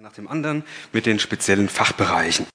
nach dem anderen mit den speziellen Fachbereichen.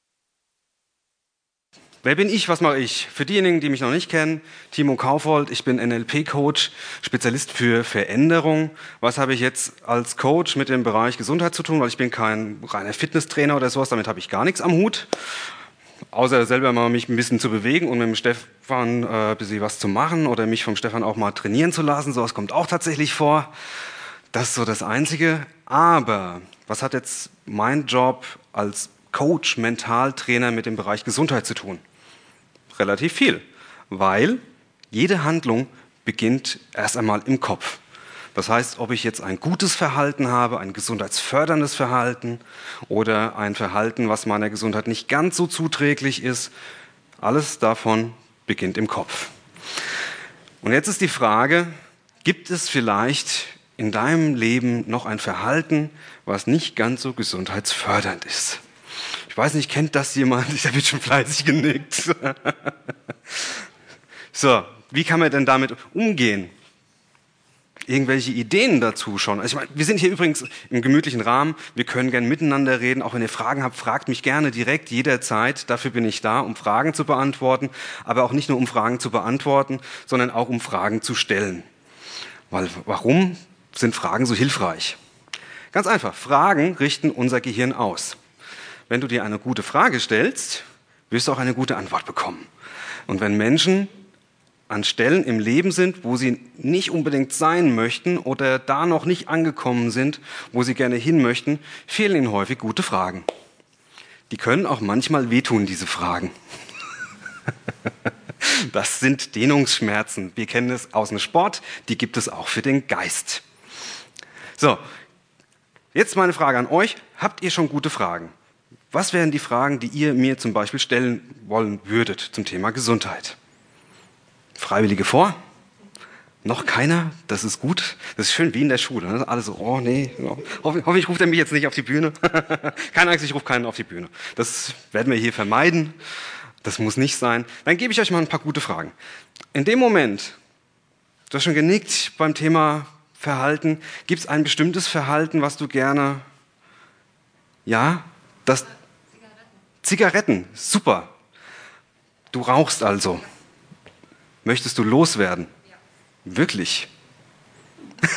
Wer bin ich, was mache ich? Für diejenigen, die mich noch nicht kennen, Timo Kaufold, ich bin NLP-Coach, Spezialist für Veränderung. Was habe ich jetzt als Coach mit dem Bereich Gesundheit zu tun? Weil ich bin kein reiner Fitnesstrainer oder sowas, damit habe ich gar nichts am Hut. Außer selber mal mich ein bisschen zu bewegen und mit dem Stefan ein bisschen was zu machen oder mich vom Stefan auch mal trainieren zu lassen. Sowas kommt auch tatsächlich vor. Das ist so das Einzige. Aber was hat jetzt mein Job als Coach, Mentaltrainer mit dem Bereich Gesundheit zu tun? Relativ viel, weil jede Handlung beginnt erst einmal im Kopf. Das heißt, ob ich jetzt ein gutes Verhalten habe, ein gesundheitsförderndes Verhalten oder ein Verhalten, was meiner Gesundheit nicht ganz so zuträglich ist, alles davon beginnt im Kopf. Und jetzt ist die Frage, gibt es vielleicht in deinem Leben noch ein Verhalten, was nicht ganz so gesundheitsfördernd ist? Ich weiß nicht, kennt das jemand? Da wird schon fleißig genickt. So, wie kann man denn damit umgehen? Irgendwelche Ideen dazu schon? Also ich meine, wir sind hier übrigens im gemütlichen Rahmen. Wir können gerne miteinander reden. Auch wenn ihr Fragen habt, fragt mich gerne direkt, jederzeit. Dafür bin ich da, um Fragen zu beantworten. Aber auch nicht nur um Fragen zu beantworten, sondern auch um Fragen zu stellen. Weil, warum sind Fragen so hilfreich? Ganz einfach, Fragen richten unser Gehirn aus. Wenn du dir eine gute Frage stellst, wirst du auch eine gute Antwort bekommen. Und wenn Menschen an Stellen im Leben sind, wo sie nicht unbedingt sein möchten oder da noch nicht angekommen sind, wo sie gerne hin möchten, fehlen ihnen häufig gute Fragen. Die können auch manchmal wehtun, diese Fragen. Das sind Dehnungsschmerzen. Wir kennen es aus dem Sport, die gibt es auch für den Geist. So, jetzt meine Frage an euch. Habt ihr schon gute Fragen? Was wären die Fragen, die ihr mir zum Beispiel stellen wollen würdet zum Thema Gesundheit? Freiwillige vor? Noch keiner? Das ist gut. Das ist schön wie in der Schule. Ne? Alle so, oh nee, hoffentlich ruft er mich jetzt nicht auf die Bühne. Keine Angst, ich rufe keinen auf die Bühne. Das werden wir hier vermeiden. Das muss nicht sein. Dann gebe ich euch mal ein paar gute Fragen. In dem Moment, du hast schon genickt beim Thema Verhalten, gibt es ein bestimmtes Verhalten, was du gerne, ja, das Zigaretten, super. Du rauchst also. Möchtest du loswerden? Ja. Wirklich? Ja,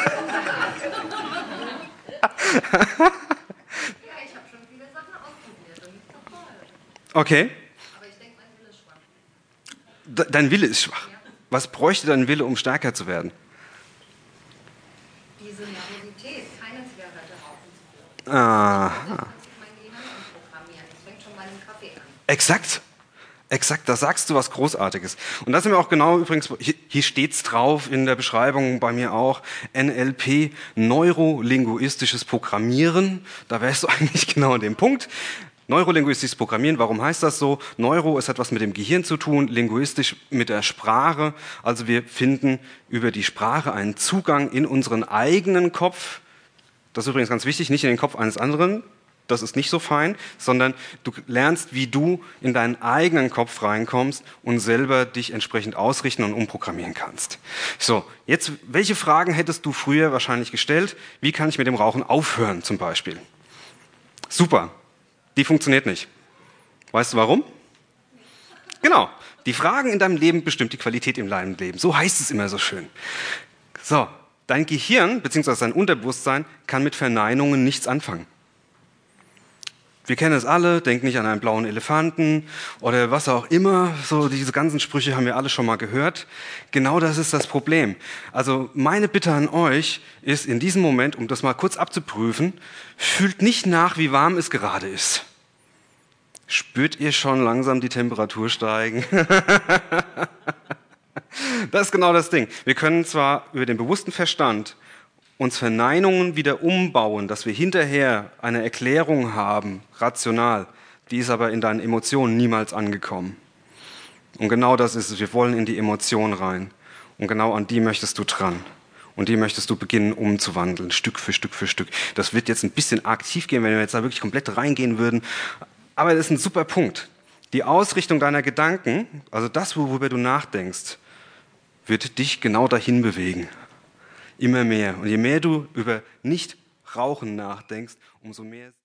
ich habe schon viele Sachen ausprobiert und nicht so toll. Okay. Aber ich denke, mein Wille ist schwach. Dein Wille ist schwach. Ja. Was bräuchte dein Wille, um stärker zu werden? Diese Nervosität, keine Zigarette rauchen zu dürfen. Aha. Das kann sich mein Gehirn umprogrammieren. Das fängt schon bei einem Kaffee an. Exakt. Exakt, da sagst du was Großartiges. Und das sind wir auch genau übrigens, hier steht's drauf in der Beschreibung bei mir auch, NLP, neurolinguistisches Programmieren. Da wärst du eigentlich genau an dem Punkt. Neurolinguistisches Programmieren, warum heißt das so? Neuro, es hat was mit dem Gehirn zu tun, linguistisch mit der Sprache. Also wir finden über die Sprache einen Zugang in unseren eigenen Kopf. Das ist übrigens ganz wichtig, nicht in den Kopf eines anderen. Das ist nicht so fein, sondern du lernst, wie du in deinen eigenen Kopf reinkommst und selber dich entsprechend ausrichten und umprogrammieren kannst. So, jetzt, welche Fragen hättest du früher wahrscheinlich gestellt? Wie kann ich mit dem Rauchen aufhören zum Beispiel? Super, die funktioniert nicht. Weißt du warum? Genau, die Fragen in deinem Leben bestimmt die Qualität in deinem Leben. So heißt es immer so schön. So, dein Gehirn bzw. dein Unterbewusstsein kann mit Verneinungen nichts anfangen. Wir kennen es alle, denk nicht an einen blauen Elefanten oder was auch immer. So diese ganzen Sprüche haben wir alle schon mal gehört. Genau das ist das Problem. Also meine Bitte an euch ist in diesem Moment, um das mal kurz abzuprüfen, fühlt nicht nach, wie warm es gerade ist. Spürt ihr schon langsam die Temperatur steigen? Das ist genau das Ding. Wir können zwar über den bewussten Verstand uns Verneinungen wieder umbauen, dass wir hinterher eine Erklärung haben, rational, die ist aber in deinen Emotionen niemals angekommen. Und genau das ist es, wir wollen in die Emotion rein. Und genau an die möchtest du dran. Und die möchtest du beginnen umzuwandeln, Stück für Stück für Stück. Das wird jetzt ein bisschen aktiv gehen, wenn wir jetzt da wirklich komplett reingehen würden. Aber das ist ein super Punkt. Die Ausrichtung deiner Gedanken, also das, worüber du nachdenkst, wird dich genau dahin bewegen. Immer mehr. Und je mehr du über Nicht-Rauchen nachdenkst, umso mehr...